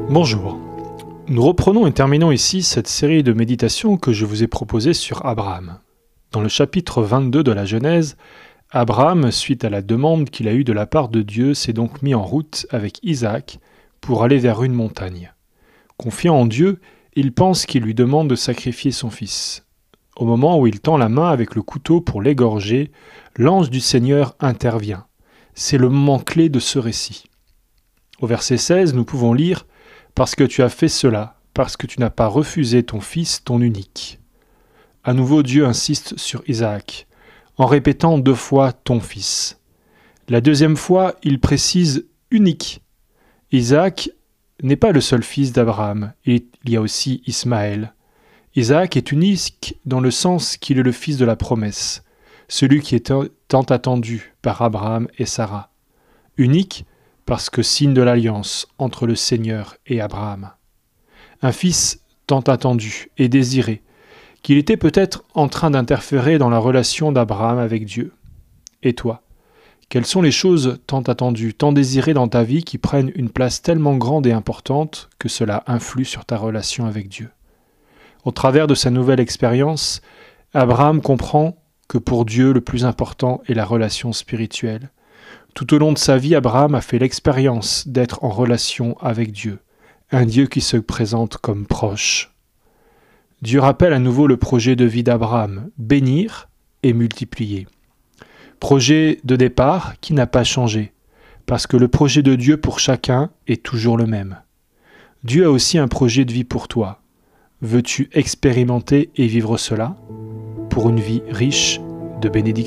Bonjour. Nous reprenons et terminons ici cette série de méditations que je vous ai proposées sur Abraham. Dans le chapitre 22 de la Genèse, Abraham, suite à la demande qu'il a eue de la part de Dieu, s'est donc mis en route avec Isaac pour aller vers une montagne. Confiant en Dieu, il pense qu'il lui demande de sacrifier son fils. Au moment où il tend la main avec le couteau pour l'égorger, l'ange du Seigneur intervient. C'est le moment clé de ce récit. Au verset 16, nous pouvons lire « Parce que tu as fait cela, parce que tu n'as pas refusé ton fils, ton unique. » À nouveau, Dieu insiste sur Isaac, en répétant 2 fois « ton fils ». La deuxième fois, il précise « unique ». Isaac n'est pas le seul fils d'Abraham, il y a aussi Ismaël. Isaac est unique dans le sens qu'il est le fils de la promesse, celui qui est tant attendu par Abraham et Sarah. Unique parce que signe de l'alliance entre le Seigneur et Abraham. Un fils tant attendu et désiré, qu'il était peut-être en train d'interférer dans la relation d'Abraham avec Dieu. Et toi, quelles sont les choses tant attendues, tant désirées dans ta vie qui prennent une place tellement grande et importante que cela influe sur ta relation avec Dieu? Au travers de sa nouvelle expérience, Abraham comprend que pour Dieu, le plus important est la relation spirituelle. Tout au long de sa vie, Abraham a fait l'expérience d'être en relation avec Dieu, un Dieu qui se présente comme proche. Dieu rappelle à nouveau le projet de vie d'Abraham, bénir et multiplier. Projet de départ qui n'a pas changé, parce que le projet de Dieu pour chacun est toujours le même. Dieu a aussi un projet de vie pour toi. Veux-tu expérimenter et vivre cela pour une vie riche de bénédictions ?